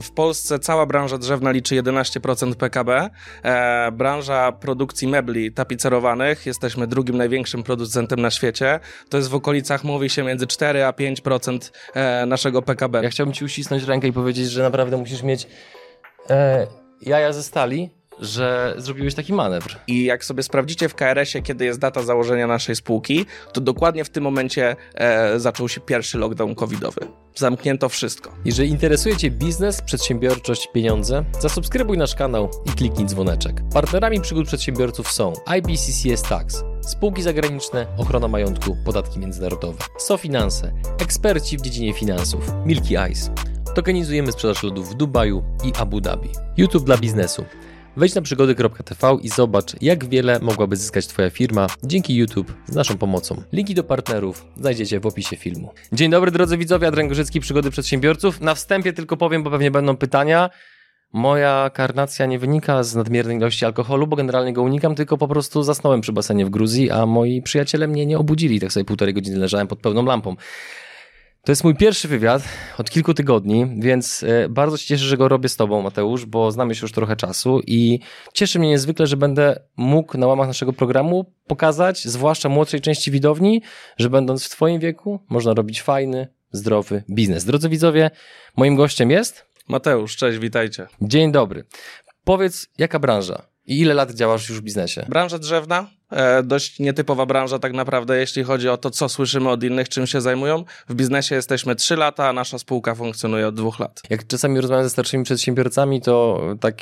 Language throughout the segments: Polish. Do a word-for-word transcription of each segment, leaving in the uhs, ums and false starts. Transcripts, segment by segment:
W Polsce cała branża drzewna liczy jedenaście procent P K B. E, branża produkcji mebli tapicerowanych, jesteśmy drugim największym producentem na świecie. To jest w okolicach, mówi się, między cztery a pięć procent e, naszego P K B. Ja chciałbym ci uścisnąć rękę i powiedzieć, że naprawdę musisz mieć e, jaja ze stali, że zrobiłeś taki manewr. I jak sobie sprawdzicie w K R S ie, kiedy jest data założenia naszej spółki, to dokładnie w tym momencie e, zaczął się pierwszy lockdown covidowy. Zamknięto wszystko. Jeżeli interesuje cię biznes, przedsiębiorczość, pieniądze, zasubskrybuj nasz kanał i kliknij dzwoneczek. Partnerami przygód przedsiębiorców są I B C C S Tax, spółki zagraniczne, ochrona majątku, podatki międzynarodowe, SoFinanse, eksperci w dziedzinie finansów, Milky Ice. Tokenizujemy sprzedaż lodów w Dubaju i Abu Dhabi. YouTube dla biznesu. Wejdź na przygody kropka t v i zobacz, jak wiele mogłaby zyskać Twoja firma dzięki YouTube z naszą pomocą. Linki do partnerów znajdziecie w opisie filmu. Dzień dobry drodzy widzowie, Adrian Gorzycki, Przygody Przedsiębiorców. Na wstępie tylko powiem, bo pewnie będą pytania. Moja karnacja nie wynika z nadmiernej ilości alkoholu, bo generalnie go unikam, tylko po prostu zasnąłem przy basenie w Gruzji, a moi przyjaciele mnie nie obudzili. Tak sobie półtorej godziny leżałem pod pełną lampą. To jest mój pierwszy wywiad od kilku tygodni, więc bardzo się cieszę, że go robię z Tobą, Mateusz, bo znamy się już trochę czasu i cieszy mnie niezwykle, że będę mógł na łamach naszego programu pokazać, zwłaszcza młodszej części widowni, że będąc w Twoim wieku można robić fajny, zdrowy biznes. Drodzy widzowie, moim gościem jest... Mateusz, cześć, witajcie. Dzień dobry. Powiedz, jaka branża i ile lat działasz już w biznesie? Branża drzewna. E, dość nietypowa branża tak naprawdę, jeśli chodzi o to, co słyszymy od innych, czym się zajmują. W biznesie jesteśmy trzy lata, a nasza spółka funkcjonuje od dwóch lat. Jak czasami rozmawiam ze starszymi przedsiębiorcami, to tak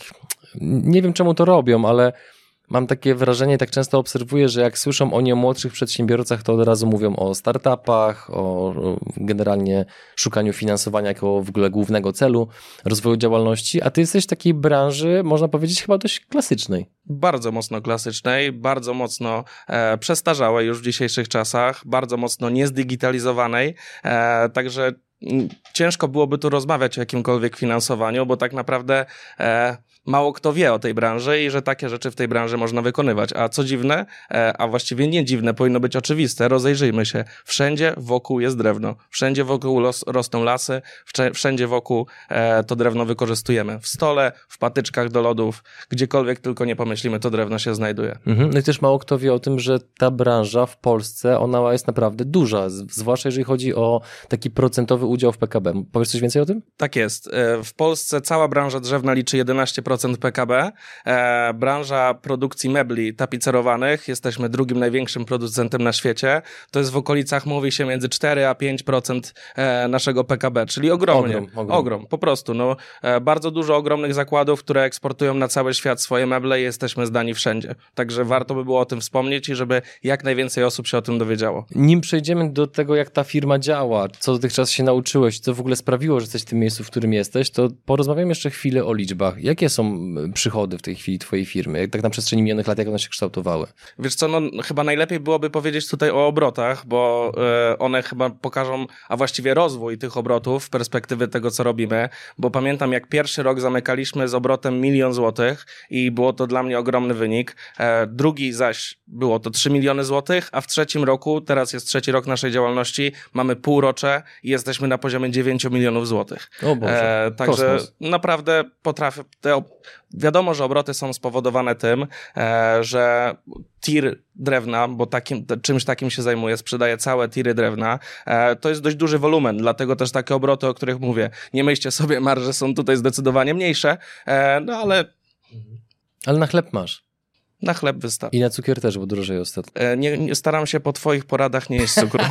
nie wiem czemu to robią, ale mam takie wrażenie, tak często obserwuję, że jak słyszą oni o młodszych przedsiębiorcach, to od razu mówią o startupach, o generalnie szukaniu finansowania jako w ogóle głównego celu rozwoju działalności, a ty jesteś w takiej branży, można powiedzieć, chyba dość klasycznej. Bardzo mocno klasycznej, bardzo mocno e, przestarzałej już w dzisiejszych czasach, bardzo mocno niezdigitalizowanej, e, także m, ciężko byłoby tu rozmawiać o jakimkolwiek finansowaniu, bo tak naprawdę e, mało kto wie o tej branży i że takie rzeczy w tej branży można wykonywać. A co dziwne, e, a właściwie nie dziwne, powinno być oczywiste, rozejrzyjmy się. Wszędzie wokół jest drewno, wszędzie wokół los, rosną lasy, wszędzie wokół e, to drewno wykorzystujemy. W stole, w patyczkach do lodów, gdziekolwiek tylko nie pomyślimy, to drewno się znajduje. Mhm. No i też mało kto wie o tym, że ta branża w Polsce, ona jest naprawdę duża, zwłaszcza jeżeli chodzi o taki procentowy udział w P K B. Powiesz coś więcej o tym? Tak jest. E, w Polsce cała branża drzewna liczy jedenaście procent P K B. E, branża produkcji mebli tapicerowanych, jesteśmy drugim największym producentem na świecie. To jest w okolicach, mówi się, między cztery a pięć procent e, naszego P K B, czyli ogromnie. Ogrom, ogrom. ogrom, po prostu. No, e, bardzo dużo ogromnych zakładów, które eksportują na cały świat swoje meble i jesteśmy znani wszędzie. Także warto by było o tym wspomnieć i żeby jak najwięcej osób się o tym dowiedziało. Nim przejdziemy do tego, jak ta firma działa, co dotychczas się nauczyłeś, co w ogóle sprawiło, że jesteś w tym miejscu, w którym jesteś, to porozmawiamy jeszcze chwilę o liczbach. Jakie są przychody w tej chwili twojej firmy? Jak tak na przestrzeni minionych lat, jak one się kształtowały? Wiesz co, no chyba najlepiej byłoby powiedzieć tutaj o obrotach, bo y, one chyba pokażą, a właściwie rozwój tych obrotów w perspektywy tego, co robimy, bo pamiętam, jak pierwszy rok zamykaliśmy z obrotem milion złotych i było to dla mnie ogromny wynik. E, drugi zaś było to trzy miliony złotych, a w trzecim roku, teraz jest trzeci rok naszej działalności, mamy półrocze i jesteśmy na poziomie dziewięciu milionów złotych. O Boże, e, Także kosmos. naprawdę potrafię... Te, wiadomo, że obroty są spowodowane tym, e, że tir drewna, bo takim, czymś takim się zajmuję, sprzedaję całe tiry drewna, e, to jest dość duży wolumen, dlatego też takie obroty, o których mówię. Nie myślcie sobie, marże są tutaj zdecydowanie mniejsze, e, no ale... Ale na chleb masz. Na chleb wystarczy. I na cukier też, bo drożej ostatnio. E, nie, nie, staram się po twoich poradach nie jeść cukru.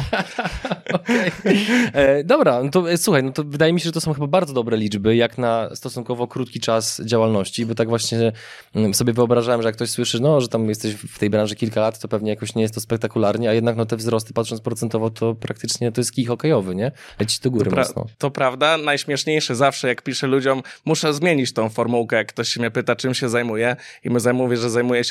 Okay. E, dobra, no to e, słuchaj, no to wydaje mi się, że to są chyba bardzo dobre liczby, jak na stosunkowo krótki czas działalności, bo tak właśnie m, sobie wyobrażałem, że jak ktoś słyszy, no, że tam jesteś w tej branży kilka lat, to pewnie jakoś nie jest to spektakularnie, a jednak no te wzrosty, patrząc procentowo, to praktycznie to jest kij hokejowy, nie? Leci do góry to mocno. Pra- to prawda. Najśmieszniejsze zawsze, jak piszę ludziom, muszę zmienić tą formułkę, jak ktoś się mnie pyta, czym się zajmuję i my mówię, że zajmuję się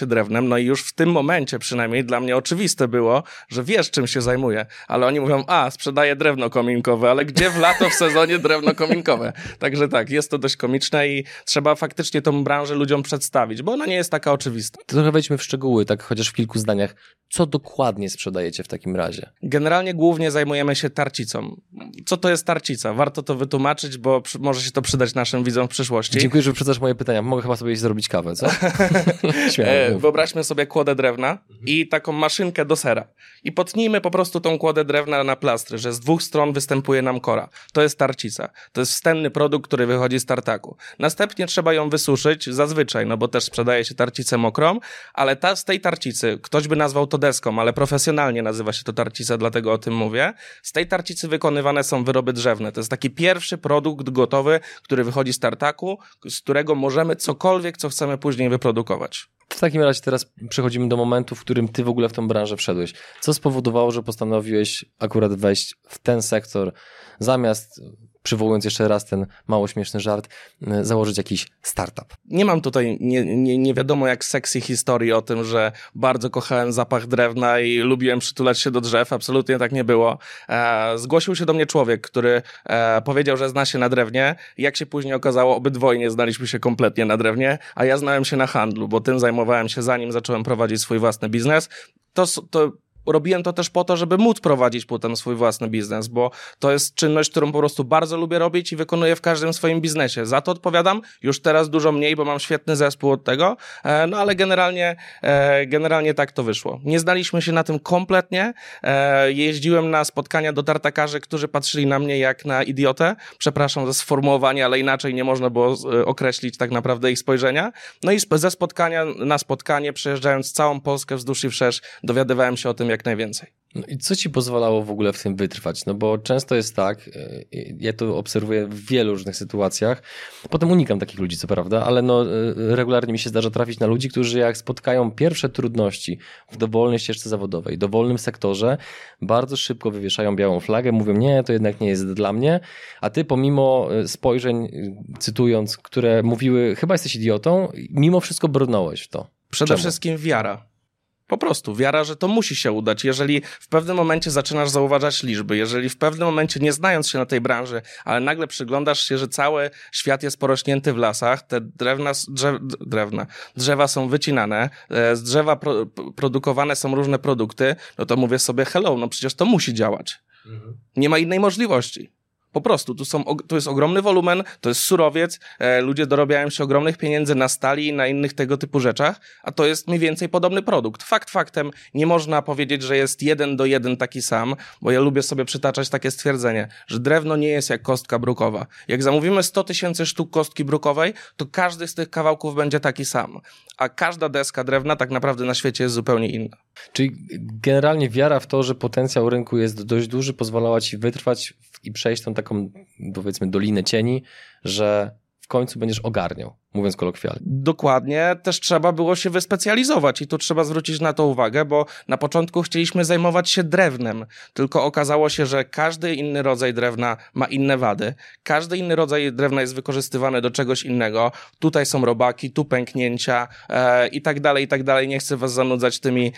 się drewnem, no i już w tym momencie przynajmniej dla mnie oczywiste było, że wiesz, czym się zajmuję, ale oni mówią, a, sprzedaję drewno kominkowe, ale gdzie w lato w sezonie drewno kominkowe? Także tak, jest to dość komiczne i trzeba faktycznie tą branżę ludziom przedstawić, bo ona nie jest taka oczywista. To trochę wejdźmy w szczegóły, tak chociaż w kilku zdaniach. Co dokładnie sprzedajecie w takim razie? Generalnie głównie zajmujemy się tarcicą. Co to jest tarcica? Warto to wytłumaczyć, bo przy, może się to przydać naszym widzom w przyszłości. Dziękuję, że wyprzedzasz moje pytania. Mogę chyba sobie zrobić kawę, co? Śmiało, e, wyobraźmy sobie kłodę drewna mhm. i taką maszynkę do sera. I potnijmy po prostu tą kłodę drewna na plastry, że z dwóch stron występuje nam kora. To jest tarcica. To jest wstępny produkt, który wychodzi z tartaku. Następnie trzeba ją wysuszyć, zazwyczaj, no bo też sprzedaje się tarcicę mokrą, ale ta, z tej tarcicy, ktoś by nazwał to deską, ale profesjonalnie nazywa się to tarcica, dlatego o tym mówię. Z tej tarcicy wykonywane są wyroby drzewne. To jest taki pierwszy produkt gotowy, który wychodzi z tartaku, z którego możemy cokolwiek, co chcemy później wyprodukować. W takim razie teraz przechodzimy do momentu, w którym ty w ogóle w tą branżę wszedłeś. Co spowodowało, że postanowiłeś akurat wejść w ten sektor, zamiast, przywołując jeszcze raz ten mało śmieszny żart, założyć jakiś startup? Nie mam tutaj nie, nie, nie wiadomo jak sexy historii o tym, że bardzo kochałem zapach drewna i lubiłem przytulać się do drzew. Absolutnie tak nie było. E, zgłosił się do mnie człowiek, który e, powiedział, że zna się na drewnie. Jak się później okazało, obydwoje nie znaliśmy się kompletnie na drewnie, a ja znałem się na handlu, bo tym zajmowałem się zanim zacząłem prowadzić swój własny biznes. To, to robiłem to też po to, żeby móc prowadzić potem swój własny biznes, bo to jest czynność, którą po prostu bardzo lubię robić i wykonuję w każdym swoim biznesie. Za to odpowiadam już teraz dużo mniej, bo mam świetny zespół od tego, no ale generalnie, generalnie tak to wyszło. Nie znaliśmy się na tym kompletnie. Jeździłem na spotkania do tartakarzy, którzy patrzyli na mnie jak na idiotę. Przepraszam za sformułowanie, ale inaczej nie można było określić tak naprawdę ich spojrzenia. No i ze spotkania na spotkanie, przejeżdżając całą Polskę wzdłuż i wszerz, dowiadywałem się o tym jak najwięcej. No i co ci pozwalało w ogóle w tym wytrwać? No bo często jest tak, ja to obserwuję w wielu różnych sytuacjach, potem unikam takich ludzi, co prawda, ale no regularnie mi się zdarza trafić na ludzi, którzy jak spotkają pierwsze trudności w dowolnej ścieżce zawodowej, dowolnym sektorze, bardzo szybko wywieszają białą flagę, mówią nie, to jednak nie jest dla mnie, a ty pomimo spojrzeń, cytując, które mówiły, chyba jesteś idiotą, mimo wszystko brnąłeś w to. Przede Czemu? wszystkim wiara. Po prostu wiara, że to musi się udać. Jeżeli w pewnym momencie zaczynasz zauważać liczby, jeżeli w pewnym momencie nie znając się na tej branży, ale nagle przyglądasz się, że cały świat jest porośnięty w lasach, te drewna, drzew, drewna, drzewa są wycinane, z drzewa pro, produkowane są różne produkty, no to mówię sobie hello, no przecież to musi działać. Mhm. Nie ma innej możliwości. Po prostu, tu, są, tu jest ogromny wolumen, to jest surowiec, e, ludzie dorabiają się ogromnych pieniędzy na stali i na innych tego typu rzeczach, a to jest mniej więcej podobny produkt. Fakt faktem, nie można powiedzieć, że jest jeden do jeden taki sam, bo ja lubię sobie przytaczać takie stwierdzenie, że drewno nie jest jak kostka brukowa. Jak zamówimy sto tysięcy sztuk kostki brukowej, to każdy z tych kawałków będzie taki sam, a każda deska drewna tak naprawdę na świecie jest zupełnie inna. Czyli generalnie wiara w to, że potencjał rynku jest dość duży, pozwalała ci wytrwać i przejść tą taką, powiedzmy, dolinę cieni, że w końcu będziesz ogarniał, mówiąc kolokwialnie. Dokładnie, też trzeba było się wyspecjalizować i tu trzeba zwrócić na to uwagę, bo na początku chcieliśmy zajmować się drewnem, tylko okazało się, że każdy inny rodzaj drewna ma inne wady, każdy inny rodzaj drewna jest wykorzystywany do czegoś innego, tutaj są robaki, tu pęknięcia e, i tak dalej, i tak dalej. Nie chcę was zanudzać tymi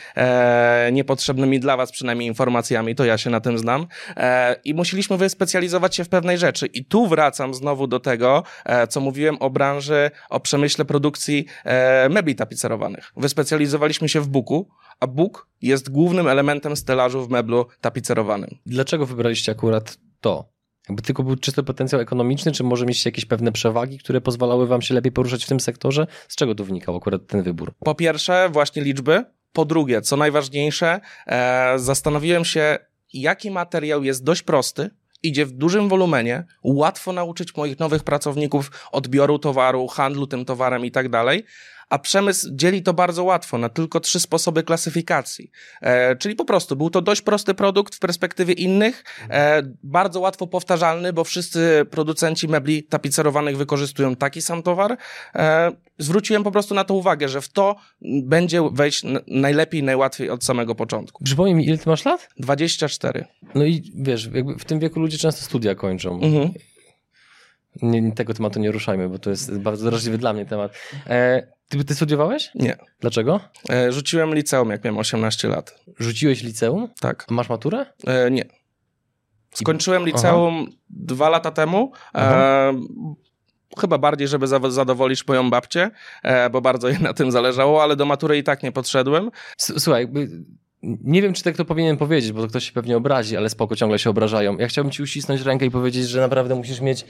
e, niepotrzebnymi dla was przynajmniej informacjami, to ja się na tym znam e, i musieliśmy wyspecjalizować się w pewnej rzeczy i tu wracam znowu do tego, e, co mówiłem o branży, o przemyśle produkcji e, mebli tapicerowanych. Wyspecjalizowaliśmy się w buku, a buk jest głównym elementem stelażu w meblu tapicerowanym. Dlaczego wybraliście akurat to? Jakby tylko był czysty potencjał ekonomiczny, czy może mieć jakieś pewne przewagi, które pozwalały wam się lepiej poruszać w tym sektorze? Z czego tu wynikał akurat ten wybór? Po pierwsze, właśnie liczby. Po drugie, co najważniejsze, e, zastanowiłem się, jaki materiał jest dość prosty, idzie w dużym wolumenie, łatwo nauczyć moich nowych pracowników odbioru towaru, handlu tym towarem i tak dalej, a przemysł dzieli to bardzo łatwo na tylko trzy sposoby klasyfikacji. E, czyli po prostu był to dość prosty produkt w perspektywie innych, e, bardzo łatwo powtarzalny, bo wszyscy producenci mebli tapicerowanych wykorzystują taki sam towar. E, zwróciłem po prostu na to uwagę, że w to będzie wejść n- najlepiej, najłatwiej od samego początku. Przypomnij mi, ile ty masz lat? dwadzieścia cztery. No i wiesz, jakby w tym wieku ludzie często studia kończą. Mhm. Nie, tego tematu nie ruszajmy, bo to jest bardzo drażliwy dla mnie temat. E, Ty, ty studiowałeś? Nie. Dlaczego? E, rzuciłem liceum, jak miałem osiemnaście lat. Rzuciłeś liceum? Tak. A masz maturę? E, nie. Skończyłem liceum Aha. dwa lata temu. E, chyba bardziej, żeby zadowolić moją babcię, e, bo bardzo jej na tym zależało, ale do matury i tak nie podszedłem. Słuchaj, jakby... Nie wiem, czy tak to powinienem powiedzieć, bo ktoś się pewnie obrazi, ale spoko, ciągle się obrażają. Ja chciałbym ci uścisnąć rękę i powiedzieć, że naprawdę musisz mieć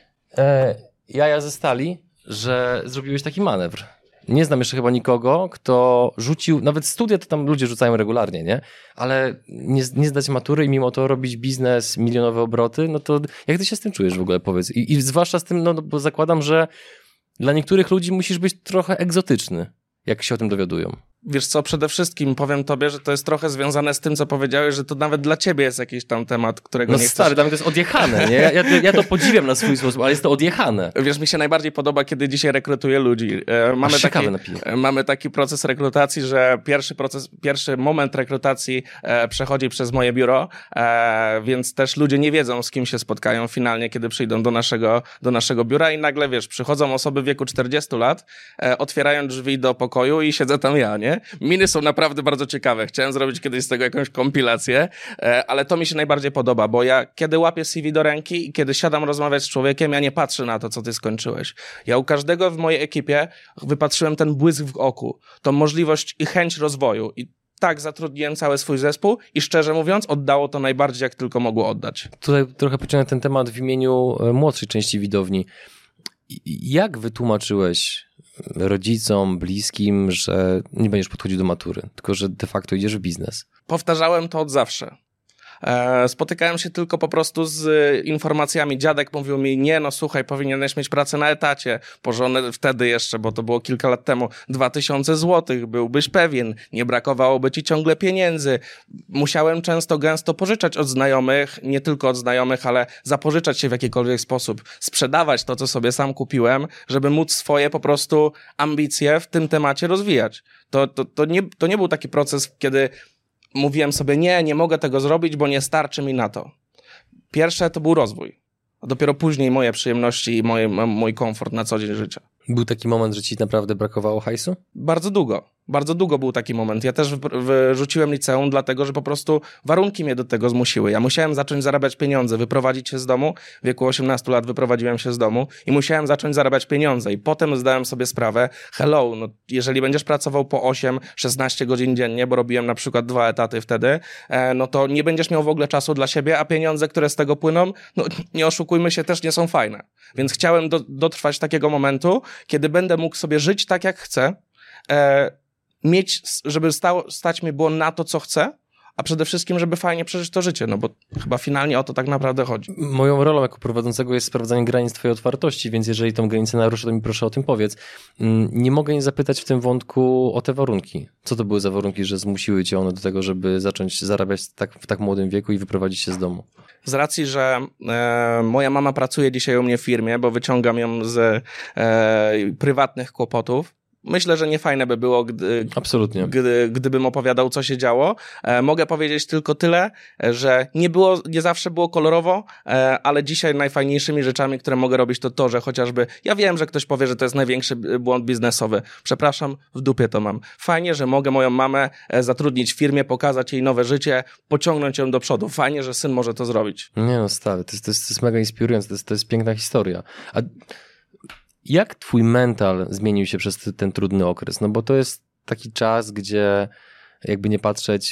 e, jaja ze stali, że zrobiłeś taki manewr. Nie znam jeszcze chyba nikogo, kto rzucił, nawet studia to tam ludzie rzucają regularnie, nie? Ale nie, nie zdać matury i mimo to robić biznes, milionowe obroty, no to jak ty się z tym czujesz w ogóle, powiedz? I, i zwłaszcza z tym, no bo zakładam, że dla niektórych ludzi musisz być trochę egzotyczny, jak się o tym dowiadują. Wiesz co, przede wszystkim powiem tobie, że to jest trochę związane z tym, co powiedziałeś, że to nawet dla ciebie jest jakiś tam temat, którego no nie chcesz... No stary, dla mnie to jest odjechane, nie? Ja, ja, ja to podziwiam na swój sposób, ale jest to odjechane. Wiesz, mi się najbardziej podoba, kiedy dzisiaj rekrutuję ludzi. E, mamy, taki, e, mamy taki proces rekrutacji, że pierwszy proces, pierwszy moment rekrutacji e, przechodzi przez moje biuro, e, więc też ludzie nie wiedzą, z kim się spotkają finalnie, kiedy przyjdą do naszego, do naszego biura i nagle, wiesz, przychodzą osoby w wieku czterdziestu lat, e, otwierają drzwi do pokoju i siedzę tam ja, nie? Miny są naprawdę bardzo ciekawe. Chciałem zrobić kiedyś z tego jakąś kompilację, ale to mi się najbardziej podoba, bo ja kiedy łapię C V do ręki i kiedy siadam rozmawiać z człowiekiem, ja nie patrzę na to, co ty skończyłeś. Ja u każdego w mojej ekipie wypatrzyłem ten błysk w oku, tą możliwość i chęć rozwoju. I tak zatrudniłem cały swój zespół i szczerze mówiąc oddało to najbardziej, jak tylko mogło oddać. Tutaj trochę pociągnę ten temat w imieniu młodszej części widowni. Jak wytłumaczyłeś rodzicom, bliskim, że nie będziesz podchodził do matury, tylko że de facto idziesz w biznes? Powtarzałem to od zawsze. Spotykałem się tylko po prostu z informacjami. Dziadek mówił mi, nie no słuchaj, powinieneś mieć pracę na etacie. Pożony wtedy jeszcze, bo to było kilka lat temu, dwa tysiące złotych, byłbyś pewien, nie brakowałoby ci ciągle pieniędzy. Musiałem często, gęsto pożyczać od znajomych, nie tylko od znajomych, ale zapożyczać się w jakikolwiek sposób, sprzedawać to, co sobie sam kupiłem, żeby móc swoje po prostu ambicje w tym temacie rozwijać. To, to, to, nie, to nie był taki proces, kiedy mówiłem sobie, nie, nie mogę tego zrobić, bo nie starczy mi na to. Pierwsze to był rozwój, a dopiero później moje przyjemności i moje, mój komfort na co dzień życia. Był taki moment, że ci naprawdę brakowało hajsu? Bardzo długo. Bardzo długo był taki moment. Ja też wyrzuciłem liceum, dlatego że po prostu warunki mnie do tego zmusiły. Ja musiałem zacząć zarabiać pieniądze, wyprowadzić się z domu. W wieku osiemnastu lat wyprowadziłem się z domu i musiałem zacząć zarabiać pieniądze. I potem zdałem sobie sprawę, hello, no jeżeli będziesz pracował po osiem szesnaście godzin dziennie, bo robiłem na przykład dwa etaty wtedy, no to nie będziesz miał w ogóle czasu dla siebie, a pieniądze, które z tego płyną, no nie oszukujmy się, też nie są fajne. Więc chciałem do, dotrwać takiego momentu, kiedy będę mógł sobie żyć tak, jak chcę, e, mieć, żeby stało, stać mi było na to, co chcę, a przede wszystkim, żeby fajnie przeżyć to życie, no bo chyba finalnie o to tak naprawdę chodzi. Moją rolą jako prowadzącego jest sprawdzanie granic twojej otwartości, więc jeżeli tą granicę naruszę, to mi proszę o tym powiedz. Nie mogę nie zapytać w tym wątku o te warunki. Co to były za warunki, że zmusiły cię one do tego, żeby zacząć zarabiać tak, w tak młodym wieku i wyprowadzić się z domu? Z racji, że e, moja mama pracuje dzisiaj u mnie w firmie, bo wyciągam ją z e, prywatnych kłopotów, myślę, że niefajne by było, gdy, Absolutnie. Gdy, gdybym opowiadał, co się działo. E, mogę powiedzieć tylko tyle, że nie było, nie zawsze było kolorowo, e, ale dzisiaj najfajniejszymi rzeczami, które mogę robić, to to, że chociażby, ja wiem, że ktoś powie, że to jest największy błąd biznesowy. Przepraszam, w dupie to mam. Fajnie, że mogę moją mamę zatrudnić w firmie, pokazać jej nowe życie, pociągnąć ją do przodu. Fajnie, że syn może to zrobić. Nie no, stary, to jest, to jest, to jest mega inspirujące, to jest, to jest piękna historia. A jak twój mental zmienił się przez ten trudny okres? No bo to jest taki czas, gdzie jakby nie patrzeć,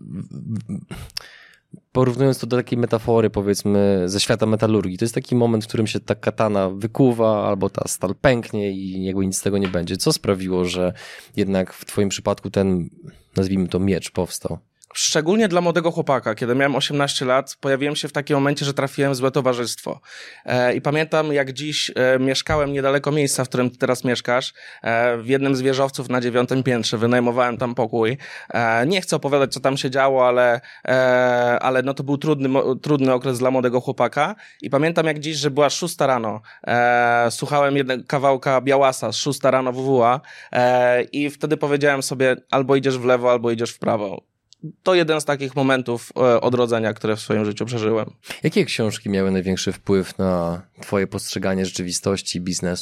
porównując to do takiej metafory, powiedzmy, ze świata metalurgii, to jest taki moment, w którym się ta katana wykuwa albo ta stal pęknie i jakby nic z tego nie będzie. Co sprawiło, że jednak w twoim przypadku ten, nazwijmy to, miecz powstał? Szczególnie dla młodego chłopaka, kiedy miałem osiemnaście lat, pojawiłem się w takim momencie, że trafiłem w złe towarzystwo. E, I pamiętam, jak dziś e, mieszkałem niedaleko miejsca, w którym ty teraz mieszkasz, e, w jednym z wieżowców na dziewiątym piętrze, wynajmowałem tam pokój. E, nie chcę opowiadać, co tam się działo, ale, e, ale no to był trudny, mo, trudny okres dla młodego chłopaka. I pamiętam, jak dziś, że była szósta rano, e, słuchałem jednego kawałka Białasa z szósta rano W W A e, i wtedy powiedziałem sobie, albo idziesz w lewo, albo idziesz w prawo. To jeden z takich momentów e, odrodzenia, które w swoim życiu przeżyłem. Jakie książki miały największy wpływ na twoje postrzeganie rzeczywistości i biznesu?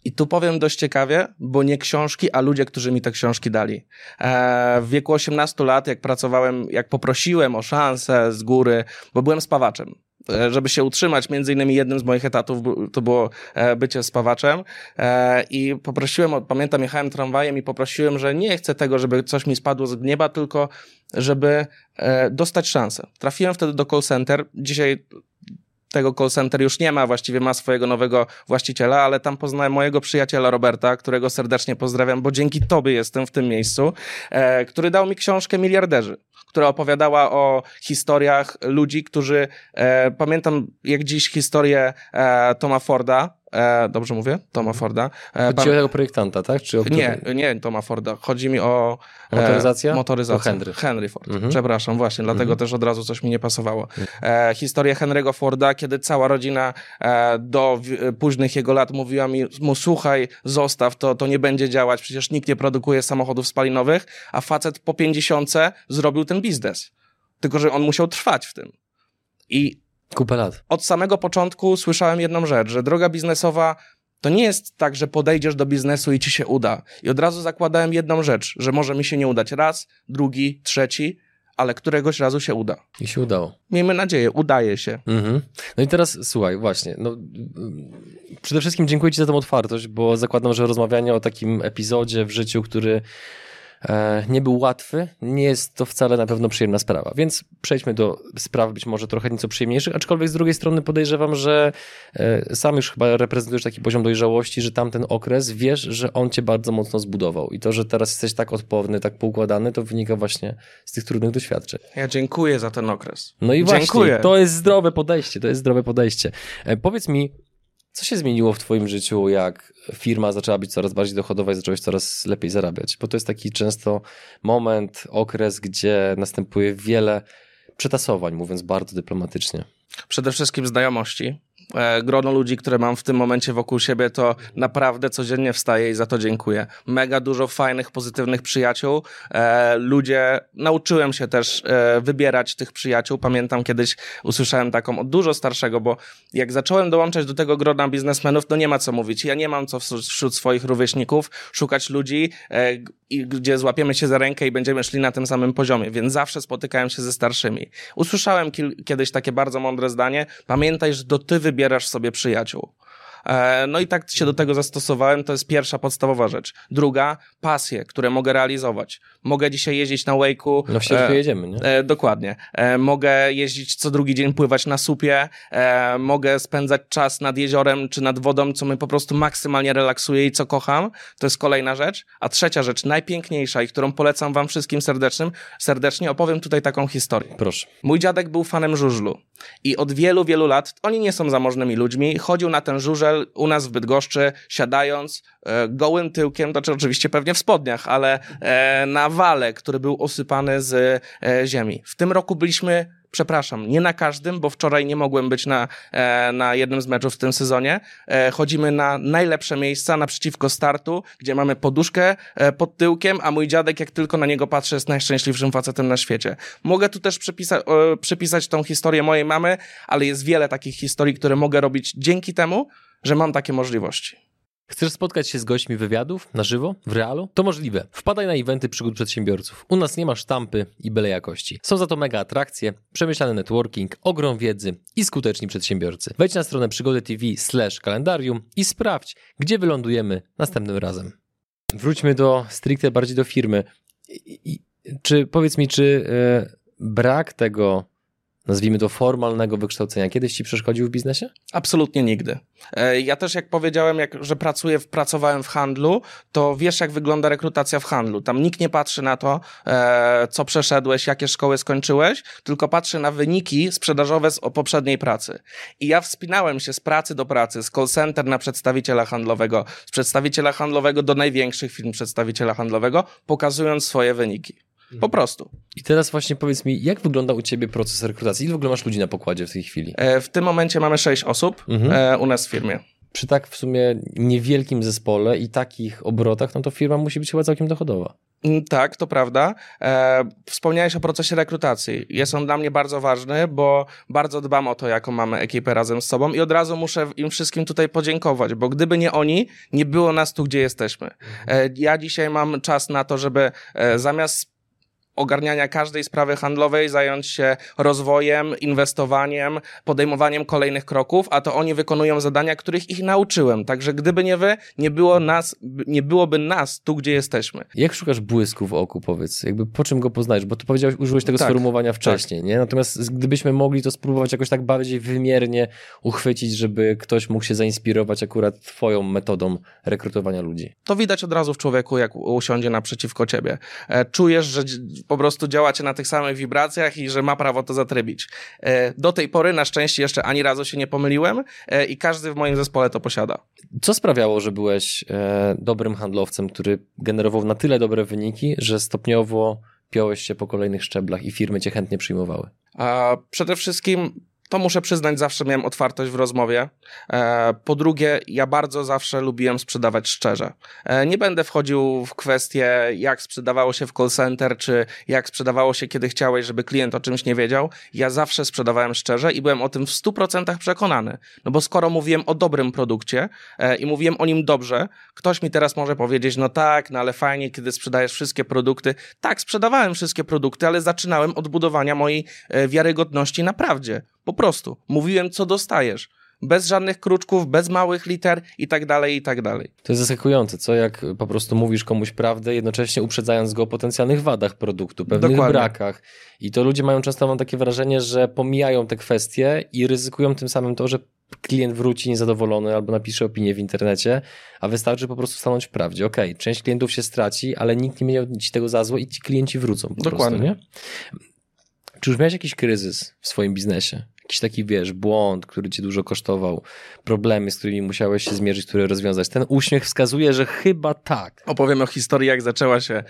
I tu powiem dość ciekawie, bo nie książki, a ludzie, którzy mi te książki dali. E, w wieku osiemnastu lat, jak pracowałem, jak poprosiłem o szansę z góry, bo byłem spawaczem, e, żeby się utrzymać, między innymi jednym z moich etatów to było e, bycie spawaczem e, i poprosiłem, o, pamiętam, jechałem tramwajem i poprosiłem, że nie chcę tego, żeby coś mi spadło z nieba, tylko żeby e, dostać szansę. Trafiłem wtedy do call center. Dzisiaj tego call center już nie ma, właściwie ma swojego nowego właściciela, ale tam poznałem mojego przyjaciela Roberta, którego serdecznie pozdrawiam, bo dzięki tobie jestem w tym miejscu, e, który dał mi książkę Miliarderzy, która opowiadała o historiach ludzi, którzy, e, pamiętam jak dziś historię e, Toma Forda, e, dobrze mówię? Toma Forda. E, Chodzi pan... o tego projektanta, tak? Czy o nie, nie Toma Forda. Chodzi mi o... Motoryzacja? E, motoryzację. O Henry. Henry Ford. Mhm. Przepraszam, właśnie, dlatego mhm. też od razu coś mi nie pasowało. E, historię Henry'ego Forda, kiedy cała rodzina e, do w, późnych jego lat mówiła mi, mu słuchaj, zostaw, to, to nie będzie działać, przecież nikt nie produkuje samochodów spalinowych, a facet po pięćdziesiątce zrobił ten biznes. Tylko że on musiał trwać w tym. I kupę lat. Od samego początku słyszałem jedną rzecz, że droga biznesowa to nie jest tak, że podejdziesz do biznesu i ci się uda. I od razu zakładałem jedną rzecz, że może mi się nie udać raz, drugi, trzeci, ale któregoś razu się uda. I się udało. Miejmy nadzieję, udaje się. Mhm. No i teraz słuchaj, właśnie, no, przede wszystkim dziękuję ci za tą otwartość, bo zakładam, że rozmawianie o takim epizodzie w życiu, który e, nie był łatwy, nie jest to wcale na pewno przyjemna sprawa, więc przejdźmy do spraw być może trochę nieco przyjemniejszych, aczkolwiek z drugiej strony podejrzewam, że e, sam już chyba reprezentujesz taki poziom dojrzałości, że tamten okres wiesz, że on cię bardzo mocno zbudował i to, że teraz jesteś tak odporny, tak poukładany, to wynika właśnie z tych trudnych doświadczeń. Ja dziękuję za ten okres. No i właśnie, dziękuję. To jest zdrowe podejście, to jest zdrowe podejście. E, powiedz mi, co się zmieniło w twoim życiu, jak firma zaczęła być coraz bardziej dochodowa i zacząłeś coraz lepiej zarabiać? Bo to jest taki często moment, okres, gdzie następuje wiele przetasowań, mówiąc bardzo dyplomatycznie. Przede wszystkim znajomości. Grono ludzi, które mam w tym momencie wokół siebie, to naprawdę codziennie wstaję i za to dziękuję. Mega dużo fajnych, pozytywnych przyjaciół. E, ludzie, nauczyłem się też e, wybierać tych przyjaciół. Pamiętam kiedyś usłyszałem taką od dużo starszego, bo jak zacząłem dołączać do tego grona biznesmenów, to nie ma co mówić. Ja nie mam co wśród swoich rówieśników szukać ludzi, e, i, gdzie złapiemy się za rękę i będziemy szli na tym samym poziomie, więc zawsze spotykałem się ze starszymi. Usłyszałem kil- kiedyś takie bardzo mądre zdanie: pamiętaj, że to ty wybierasz sobie przyjaciół. No i tak się do tego zastosowałem, to jest pierwsza podstawowa rzecz. Druga, pasje, które mogę realizować. Mogę dzisiaj jeździć na Wake'u. No w sierpniu e, jedziemy, nie? E, dokładnie. E, mogę jeździć co drugi dzień, pływać na supie. E, mogę spędzać czas nad jeziorem czy nad wodą, co mnie po prostu maksymalnie relaksuje i co kocham. To jest kolejna rzecz. A trzecia rzecz, najpiękniejsza i którą polecam wam wszystkim serdecznym, serdecznie opowiem tutaj taką historię. Proszę. Mój dziadek był fanem żużlu i od wielu, wielu lat, oni nie są zamożnymi ludźmi, chodził na ten żużel u nas w Bydgoszczy, siadając e, gołym tyłkiem, znaczy oczywiście pewnie w spodniach, ale e, na wale, który był osypany z e, ziemi. W tym roku byliśmy, przepraszam, nie na każdym, bo wczoraj nie mogłem być na, e, na jednym z meczów w tym sezonie. E, chodzimy na najlepsze miejsca, naprzeciwko startu, gdzie mamy poduszkę e, pod tyłkiem, a mój dziadek, jak tylko na niego patrzę, jest najszczęśliwszym facetem na świecie. Mogę tu też przypisa- e, przypisać tą historię mojej mamy, ale jest wiele takich historii, które mogę robić dzięki temu, że mam takie możliwości. Chcesz spotkać się z gośćmi wywiadów na żywo, w realu? To możliwe. Wpadaj na eventy przygód przedsiębiorców. U nas nie ma sztampy i byle jakości. Są za to mega atrakcje, przemyślany networking, ogrom wiedzy i skuteczni przedsiębiorcy. Wejdź na stronę przygody T V slash kalendarium i sprawdź, gdzie wylądujemy następnym razem. Wróćmy do stricte bardziej do firmy. I, i, czy powiedz mi, czy e, brak tego, nazwijmy to, formalnego wykształcenia kiedyś ci przeszkodził w biznesie? Absolutnie nigdy. Ja też, jak powiedziałem, jak, że pracuję, w, pracowałem w handlu, to wiesz, jak wygląda rekrutacja w handlu. Tam nikt nie patrzy na to, e, co przeszedłeś, jakie szkoły skończyłeś, tylko patrzy na wyniki sprzedażowe z poprzedniej pracy. I ja wspinałem się z pracy do pracy, z call center na przedstawiciela handlowego, z przedstawiciela handlowego do największych firm przedstawiciela handlowego, pokazując swoje wyniki. Po prostu. I teraz właśnie powiedz mi, jak wygląda u ciebie proces rekrutacji? Ile w ogóle masz ludzi na pokładzie w tej chwili? E, w tym momencie mamy sześć osób mhm. e, u nas w firmie. przy tak w sumie niewielkim zespole i takich obrotach, no to firma musi być chyba całkiem dochodowa. Tak, to prawda. E, wspomniałeś o procesie rekrutacji. Jest on dla mnie bardzo ważny, bo bardzo dbam o to, jaką mamy ekipę razem z sobą i od razu muszę im wszystkim tutaj podziękować, bo gdyby nie oni, nie było nas tu, gdzie jesteśmy. E, ja dzisiaj mam czas na to, żeby e, zamiast ogarniania każdej sprawy handlowej, zająć się rozwojem, inwestowaniem, podejmowaniem kolejnych kroków, a to oni wykonują zadania, których ich nauczyłem. Także gdyby nie wy, nie było nas, nie byłoby nas tu, gdzie jesteśmy. Jak szukasz błysku w oku, powiedz? Jakby po czym go poznajesz? Bo tu powiedziałeś, użyłeś tego tak, sformułowania wcześniej, tak. nie? Natomiast gdybyśmy mogli to spróbować jakoś tak bardziej wymiernie uchwycić, żeby ktoś mógł się zainspirować akurat twoją metodą rekrutowania ludzi. To widać od razu w człowieku, jak usiądzie naprzeciwko ciebie. Czujesz, że po prostu działacie na tych samych wibracjach i że ma prawo to zatrybić. Do tej pory na szczęście jeszcze ani razu się nie pomyliłem i każdy w moim zespole to posiada. Co sprawiało, że byłeś dobrym handlowcem, który generował na tyle dobre wyniki, że stopniowo piąłeś się po kolejnych szczeblach i firmy cię chętnie przyjmowały? A przede wszystkim to muszę przyznać, zawsze miałem otwartość w rozmowie. Po drugie, ja bardzo zawsze lubiłem sprzedawać szczerze. Nie będę wchodził w kwestię, jak sprzedawało się w call center, czy jak sprzedawało się, kiedy chciałeś, żeby klient o czymś nie wiedział. Ja zawsze sprzedawałem szczerze i byłem o tym w stu procentach przekonany. No bo skoro mówiłem o dobrym produkcie i mówiłem o nim dobrze, ktoś mi teraz może powiedzieć, no tak, no ale fajnie, kiedy sprzedajesz wszystkie produkty. Tak, sprzedawałem wszystkie produkty, ale zaczynałem od budowania mojej wiarygodności na prawdzie. Po prostu. Mówiłem, co dostajesz. Bez żadnych kruczków, bez małych liter i tak dalej, i tak dalej. To jest zaskakujące, co jak po prostu mówisz komuś prawdę, jednocześnie uprzedzając go o potencjalnych wadach produktu, pewnych Dokładnie. brakach. I to ludzie mają często, mam takie wrażenie, że pomijają te kwestie i ryzykują tym samym to, że klient wróci niezadowolony albo napisze opinię w internecie, a wystarczy po prostu stanąć w prawdzie. Okej, okay, część klientów się straci, ale nikt nie miał ci tego za złe i ci klienci wrócą po Dokładnie. prostu, nie? Czy już miałeś jakiś kryzys w swoim biznesie? Jakiś taki, wiesz, błąd, który cię dużo kosztował, problemy, z którymi musiałeś się zmierzyć, które rozwiązać. Ten uśmiech wskazuje, że chyba tak. Opowiem o historii, jak zaczęła się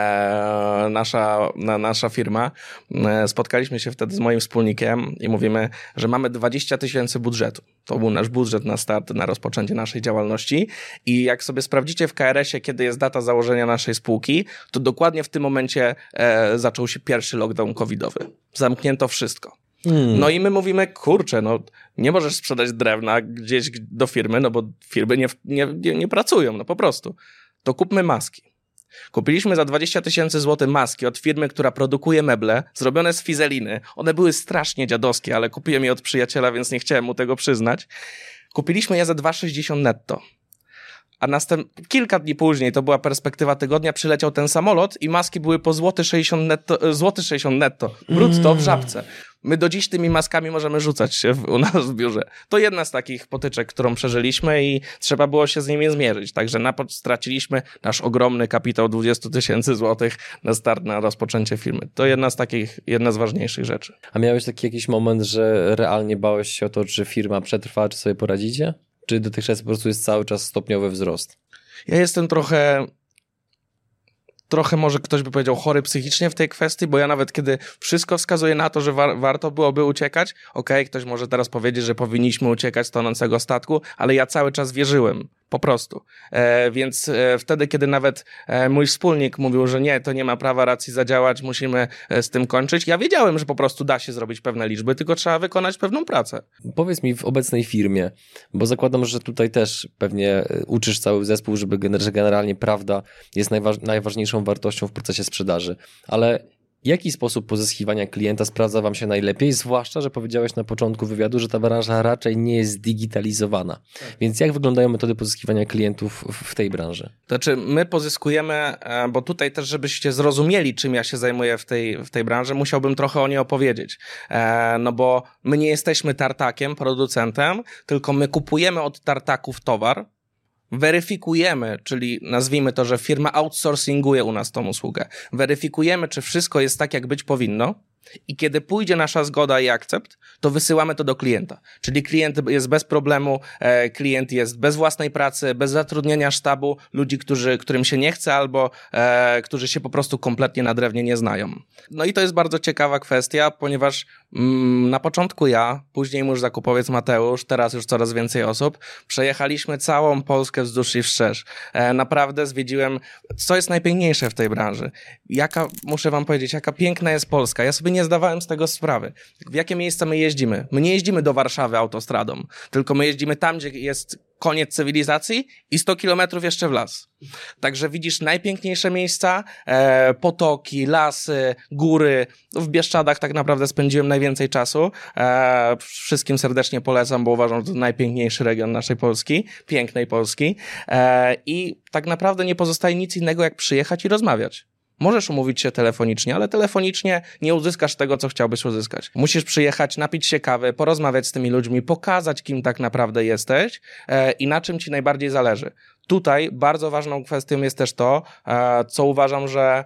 e, nasza, na, nasza firma. E, spotkaliśmy się wtedy z moim wspólnikiem i mówimy, że mamy dwadzieścia tysięcy budżetu. To był nasz budżet na start, na rozpoczęcie naszej działalności i jak sobie sprawdzicie w K R S-ie, kiedy jest data założenia naszej spółki, to dokładnie w tym momencie e, zaczął się pierwszy lockdown covidowy. Zamknięto wszystko. Hmm. No i my mówimy, kurczę, no nie możesz sprzedać drewna gdzieś do firmy, no bo firmy nie, nie, nie, nie pracują, no po prostu. To kupmy maski. Kupiliśmy za dwadzieścia tysięcy złotych maski od firmy, która produkuje meble, zrobione z fizeliny. One były strasznie dziadowskie, ale kupiłem je od przyjaciela, więc nie chciałem mu tego przyznać. Kupiliśmy je za dwa sześćdziesiąt netto. A następ... kilka dni później, to była perspektywa tygodnia, przyleciał ten samolot i maski były po złoty sześćdziesiąt netto, złoty sześćdziesiąt netto, brutto w żabce. My do dziś tymi maskami możemy rzucać się w, u nas w biurze. To jedna z takich potyczek, którą przeżyliśmy i trzeba było się z nimi zmierzyć. Także na, straciliśmy nasz ogromny kapitał dwadzieścia tysięcy złotych na start, na rozpoczęcie firmy. To jedna z takich, jedna z ważniejszych rzeczy. A miałeś taki jakiś moment, że realnie bałeś się o to, czy firma przetrwa, czy sobie poradzicie? Czy dotychczas po prostu jest cały czas stopniowy wzrost? Ja jestem trochę, trochę może ktoś by powiedział chory psychicznie w tej kwestii, bo ja nawet kiedy wszystko wskazuje na to, że war, warto byłoby uciekać, okej, okay, ktoś może teraz powiedzieć, że powinniśmy uciekać z tonącego statku, ale ja cały czas wierzyłem. Po prostu. E, więc e, wtedy, kiedy nawet e, mój wspólnik mówił, że nie, to nie ma prawa racji zadziałać, musimy e, z tym kończyć, ja wiedziałem, że po prostu da się zrobić pewne liczby, tylko trzeba wykonać pewną pracę. Powiedz mi w obecnej firmie, bo zakładam, że tutaj też pewnie uczysz cały zespół, żeby że generalnie prawda jest najważ, najważniejszą wartością w procesie sprzedaży, ale jaki sposób pozyskiwania klienta sprawdza wam się najlepiej? Zwłaszcza, że powiedziałeś na początku wywiadu, że ta branża raczej nie jest zdigitalizowana. Tak. Więc jak wyglądają metody pozyskiwania klientów w tej branży? Znaczy, my pozyskujemy, bo tutaj też, żebyście zrozumieli, czym ja się zajmuję w tej, w tej branży, musiałbym trochę o niej opowiedzieć. No bo my nie jesteśmy tartakiem, producentem, tylko my kupujemy od tartaków towar, weryfikujemy, czyli nazwijmy to, że firma outsourcinguje u nas tą usługę. Weryfikujemy, czy wszystko jest tak, jak być powinno I kiedy pójdzie nasza zgoda i akcept, to wysyłamy to do klienta. Czyli klient jest bez problemu, e, klient jest bez własnej pracy, bez zatrudnienia sztabu, ludzi, którzy, którym się nie chce albo e, którzy się po prostu kompletnie na drewnie nie znają. No i to jest bardzo ciekawa kwestia, ponieważ mm, na początku ja, później mój zakupowiec Mateusz, teraz już coraz więcej osób, przejechaliśmy całą Polskę wzdłuż i wszerz. E, naprawdę zwiedziłem, co jest najpiękniejsze w tej branży. Jaka, muszę wam powiedzieć, jaka piękna jest Polska. Ja sobie nie zdawałem z tego sprawy. W jakie miejsca my jeździmy? My nie jeździmy do Warszawy autostradą, tylko my jeździmy tam, gdzie jest koniec cywilizacji i sto kilometrów jeszcze w las. Także widzisz najpiękniejsze miejsca, e, potoki, lasy, góry. W Bieszczadach tak naprawdę spędziłem najwięcej czasu. E, wszystkim serdecznie polecam, bo uważam, że to najpiękniejszy region naszej Polski, pięknej Polski. E, I tak naprawdę nie pozostaje nic innego, jak przyjechać i rozmawiać. Możesz umówić się telefonicznie, ale telefonicznie nie uzyskasz tego, co chciałbyś uzyskać. Musisz przyjechać, napić się kawy, porozmawiać z tymi ludźmi, pokazać, kim tak naprawdę jesteś e, i na czym ci najbardziej zależy. Tutaj bardzo ważną kwestią jest też to, e, co uważam, że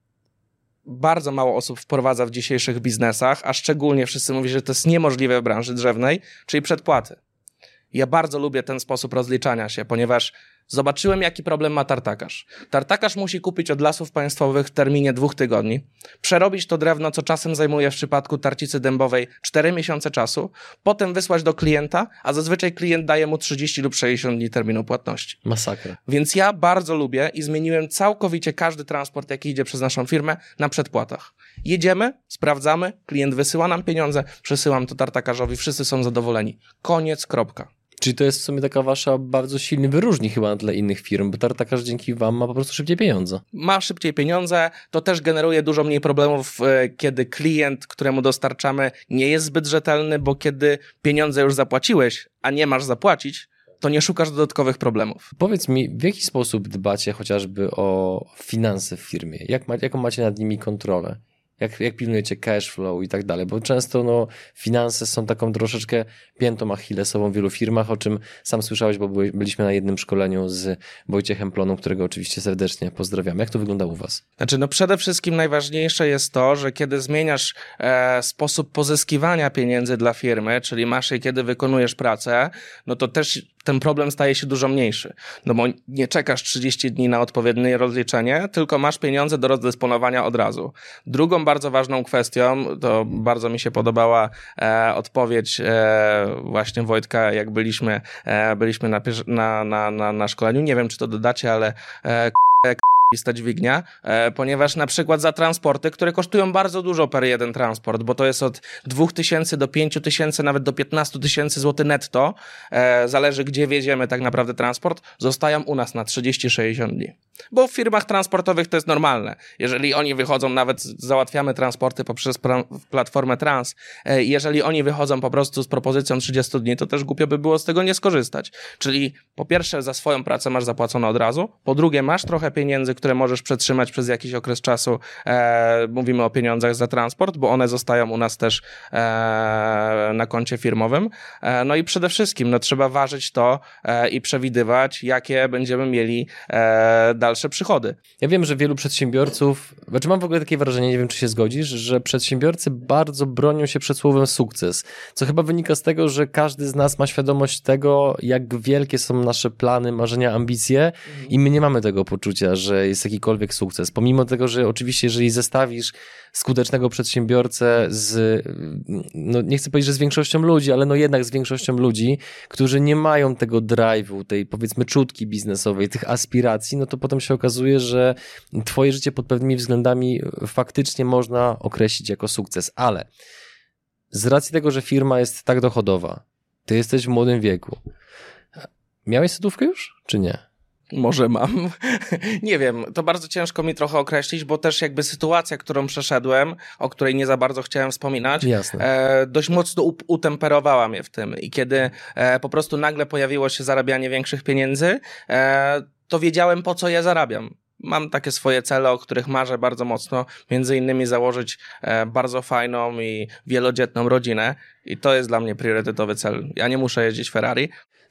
bardzo mało osób wprowadza w dzisiejszych biznesach, a szczególnie wszyscy mówią, że to jest niemożliwe w branży drzewnej, czyli przedpłaty. Ja bardzo lubię ten sposób rozliczania się, ponieważ zobaczyłem, jaki problem ma tartakarz. Tartakarz musi kupić od Lasów Państwowych w terminie dwóch tygodni, przerobić to drewno, co czasem zajmuje w przypadku tarcicy dębowej cztery miesiące czasu, potem wysłać do klienta, a zazwyczaj klient daje mu trzydzieści lub sześćdziesiąt dni terminu płatności. Masakra. Więc ja bardzo lubię i zmieniłem całkowicie każdy transport, jaki idzie przez naszą firmę, na przedpłatach. Jedziemy, sprawdzamy, klient wysyła nam pieniądze, przesyłam to tartakarzowi, wszyscy są zadowoleni. Koniec, kropka. Czyli to jest w sumie taka wasza bardzo silny wyróżnik chyba na tle innych firm, bo tartakarz dzięki wam ma po prostu szybciej pieniądze. Ma szybciej pieniądze, to też generuje dużo mniej problemów, kiedy klient, któremu dostarczamy, nie jest zbyt rzetelny, bo kiedy pieniądze już zapłaciłeś, a nie masz zapłacić, to nie szukasz dodatkowych problemów. Powiedz mi, w jaki sposób dbacie chociażby o finanse w firmie? Jak ma, jaką macie nad nimi kontrolę? Jak, jak pilnujecie cash flow i tak dalej, bo często no, finanse są taką troszeczkę piętą achillesową w wielu firmach, o czym sam słyszałeś, bo były, byliśmy na jednym szkoleniu z Wojciechem Ploną, którego oczywiście serdecznie pozdrawiam. Jak to wygląda u was? Znaczy, no przede wszystkim najważniejsze jest to, że kiedy zmieniasz e, sposób pozyskiwania pieniędzy dla firmy, czyli masz je, kiedy wykonujesz pracę, no to też ten problem staje się dużo mniejszy. No bo nie czekasz trzydzieści dni na odpowiednie rozliczenie, tylko masz pieniądze do rozdysponowania od razu. Drugą bardzo ważną kwestią, to bardzo mi się podobała e, odpowiedź e, właśnie Wojtka, jak byliśmy, e, byliśmy na, na, na, na, na szkoleniu. Nie wiem, czy to dodacie, ale e, k- lista dźwignia, e, ponieważ na przykład za transporty, które kosztują bardzo dużo per jeden transport, bo to jest od dwóch tysięcy do pięciu tysięcy, nawet do piętnastu tysięcy złotych netto, e, zależy gdzie wieziemy tak naprawdę transport, zostają u nas na trzydzieści sześćdziesiąt dni. Bo w firmach transportowych to jest normalne. Jeżeli oni wychodzą, nawet załatwiamy transporty poprzez pra- platformę Trans, e, jeżeli oni wychodzą po prostu z propozycją trzydziestu dni, to też głupio by było z tego nie skorzystać. Czyli po pierwsze za swoją pracę masz zapłacone od razu, po drugie masz trochę pieniędzy, które możesz przetrzymać przez jakiś okres czasu. E, mówimy o pieniądzach za transport, bo one zostają u nas też e, na koncie firmowym. E, no i przede wszystkim no, trzeba ważyć to e, i przewidywać, jakie będziemy mieli e, dalsze przychody. Ja wiem, że wielu przedsiębiorców, znaczy mam w ogóle takie wrażenie, nie wiem czy się zgodzisz, że przedsiębiorcy bardzo bronią się przed słowem sukces, co chyba wynika z tego, że każdy z nas ma świadomość tego, jak wielkie są nasze plany, marzenia, ambicje mhm. i my nie mamy tego poczucia, że jest jakikolwiek sukces. Pomimo tego, że oczywiście jeżeli zestawisz skutecznego przedsiębiorcę z, no nie chcę powiedzieć, że z większością ludzi, ale no jednak z większością ludzi, którzy nie mają tego drive'u, tej powiedzmy czutki biznesowej, tych aspiracji, no to potem się okazuje, że twoje życie pod pewnymi względami faktycznie można określić jako sukces, ale z racji tego, że firma jest tak dochodowa, ty jesteś w młodym wieku, miałeś stówkę już, czy nie? Może mam. Nie wiem, to bardzo ciężko mi trochę określić, bo też jakby sytuacja, którą przeszedłem, o której nie za bardzo chciałem wspominać, e, dość mocno up- utemperowała mnie w tym. I kiedy e, po prostu nagle pojawiło się zarabianie większych pieniędzy, e, to wiedziałem, po co je zarabiam. Mam takie swoje cele, o których marzę bardzo mocno, między innymi założyć e, bardzo fajną i wielodzietną rodzinę i to jest dla mnie priorytetowy cel. Ja nie muszę jeździć Ferrari.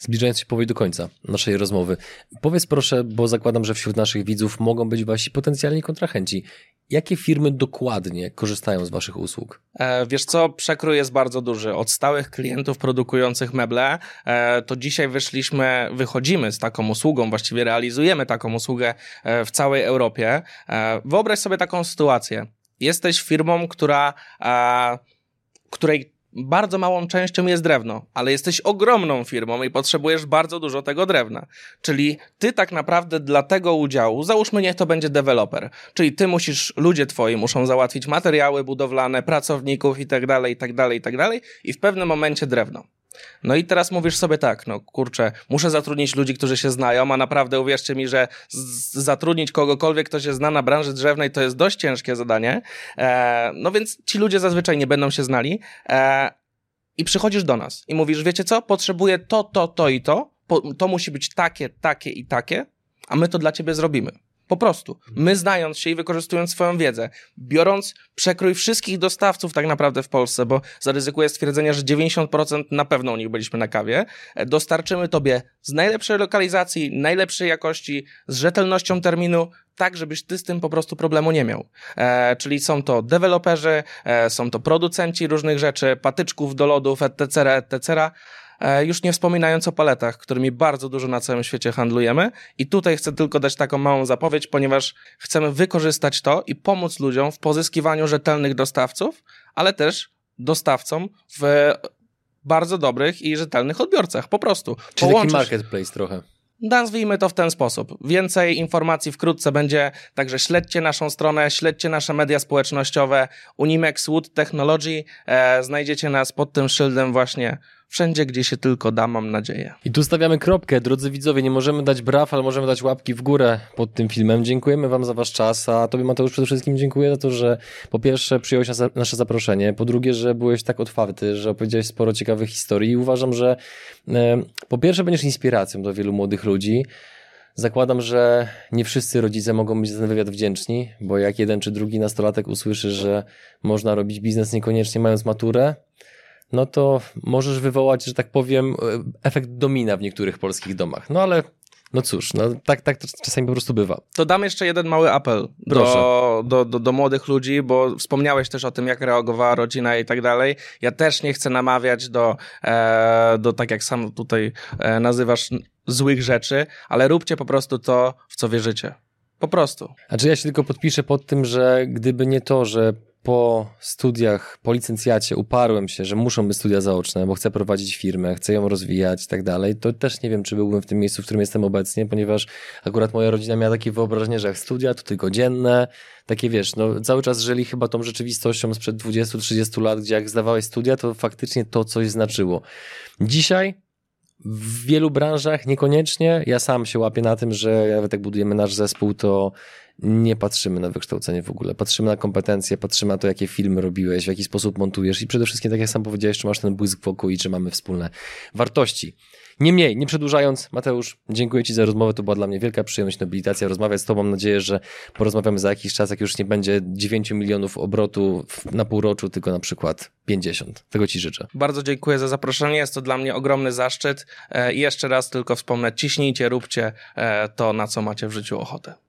Zbliżając się powoli do końca naszej rozmowy, powiedz proszę, bo zakładam, że wśród naszych widzów mogą być wasi potencjalni kontrahenci. Jakie firmy dokładnie korzystają z waszych usług? E, wiesz co, przekrój jest bardzo duży. Od stałych klientów produkujących meble, e, to dzisiaj wyszliśmy, wychodzimy z taką usługą, właściwie realizujemy taką usługę e, w całej Europie. E, wyobraź sobie taką sytuację. Jesteś firmą, która, e, której bardzo małą częścią jest drewno, ale jesteś ogromną firmą i potrzebujesz bardzo dużo tego drewna. Czyli ty tak naprawdę dla tego udziału, załóżmy niech to będzie deweloper, czyli ty musisz, ludzie twoi muszą załatwić materiały budowlane, pracowników i tak dalej, i tak dalej, i tak dalej i w pewnym momencie drewno. No i teraz mówisz sobie tak, no kurczę, muszę zatrudnić ludzi, którzy się znają, a naprawdę uwierzcie mi, że z- zatrudnić kogokolwiek, kto się zna na branży drzewnej, to jest dość ciężkie zadanie. E, no więc ci ludzie zazwyczaj nie będą się znali e, i przychodzisz do nas i mówisz, wiecie co, potrzebuję to, to, to i to, po, to musi być takie, takie i takie, a my to dla ciebie zrobimy. Po prostu. My znając się i wykorzystując swoją wiedzę, biorąc przekrój wszystkich dostawców tak naprawdę w Polsce, bo zaryzykuję stwierdzenie, że dziewięćdziesiąt procent na pewno u nich byliśmy na kawie, dostarczymy tobie z najlepszej lokalizacji, najlepszej jakości, z rzetelnością terminu, tak żebyś ty z tym po prostu problemu nie miał. E, czyli są to deweloperzy, e, są to producenci różnych rzeczy, patyczków do lodów, et cetera, et cetera. Już nie wspominając o paletach, którymi bardzo dużo na całym świecie handlujemy i tutaj chcę tylko dać taką małą zapowiedź, ponieważ chcemy wykorzystać to i pomóc ludziom w pozyskiwaniu rzetelnych dostawców, ale też dostawcom w bardzo dobrych i rzetelnych odbiorcach, po prostu. Czyli Połączysz... taki marketplace trochę. Nazwijmy to w ten sposób. Więcej informacji wkrótce będzie, także śledźcie naszą stronę, śledźcie nasze media społecznościowe, Unimex Wood Technology, e, znajdziecie nas pod tym szyldem właśnie wszędzie, gdzie się tylko da, mam nadzieję. I tu stawiamy kropkę, drodzy widzowie, nie możemy dać braw, ale możemy dać łapki w górę pod tym filmem. Dziękujemy wam za wasz czas, a tobie, Mateusz, przede wszystkim dziękuję za to, że po pierwsze przyjąłeś nasze zaproszenie, po drugie, że byłeś tak otwarty, że opowiedziałeś sporo ciekawych historii i uważam, że e, po pierwsze będziesz inspiracją dla wielu młodych ludzi. Zakładam, że nie wszyscy rodzice mogą być za ten wywiad wdzięczni, bo jak jeden czy drugi nastolatek usłyszy, że można robić biznes niekoniecznie mając maturę, no to możesz wywołać, że tak powiem, efekt domina w niektórych polskich domach. No ale no cóż, no tak, tak to czasami po prostu bywa. To dam jeszcze jeden mały apel do, do, do, do młodych ludzi, bo wspomniałeś też o tym, jak reagowała rodzina i tak dalej. Ja też nie chcę namawiać do, e, do tak jak sam tutaj e, nazywasz, złych rzeczy, ale róbcie po prostu to, w co wierzycie. Po prostu. A czy ja się tylko podpiszę pod tym, że gdyby nie to, że po studiach, po licencjacie uparłem się, że muszą być studia zaoczne, bo chcę prowadzić firmę, chcę ją rozwijać i tak dalej, to też nie wiem, czy byłbym w tym miejscu, w którym jestem obecnie, ponieważ akurat moja rodzina miała takie wyobrażenie, że jak studia, to tylko dzienne, takie wiesz, no cały czas żyli chyba tą rzeczywistością sprzed dwudziestu trzydziestu lat, gdzie jak zdawałeś studia, to faktycznie to coś znaczyło. Dzisiaj w wielu branżach niekoniecznie. Ja sam się łapię na tym, że nawet jak budujemy nasz zespół, to nie patrzymy na wykształcenie w ogóle. Patrzymy na kompetencje, patrzymy na to, jakie filmy robiłeś, w jaki sposób montujesz i przede wszystkim, tak jak sam powiedziałeś, czy masz ten błysk wokół i czy mamy wspólne wartości. Niemniej, nie przedłużając, Mateusz, dziękuję ci za rozmowę, to była dla mnie wielka przyjemność, nobilitacja, rozmawiać z tobą. Mam nadzieję, że porozmawiamy za jakiś czas, jak już nie będzie dziewięć milionów obrotu na półroczu, tylko na przykład pięćdziesiąt. Tego ci życzę. Bardzo dziękuję za zaproszenie, jest to dla mnie ogromny zaszczyt i jeszcze raz tylko wspomnę, ciśnijcie, róbcie to, na co macie w życiu ochotę.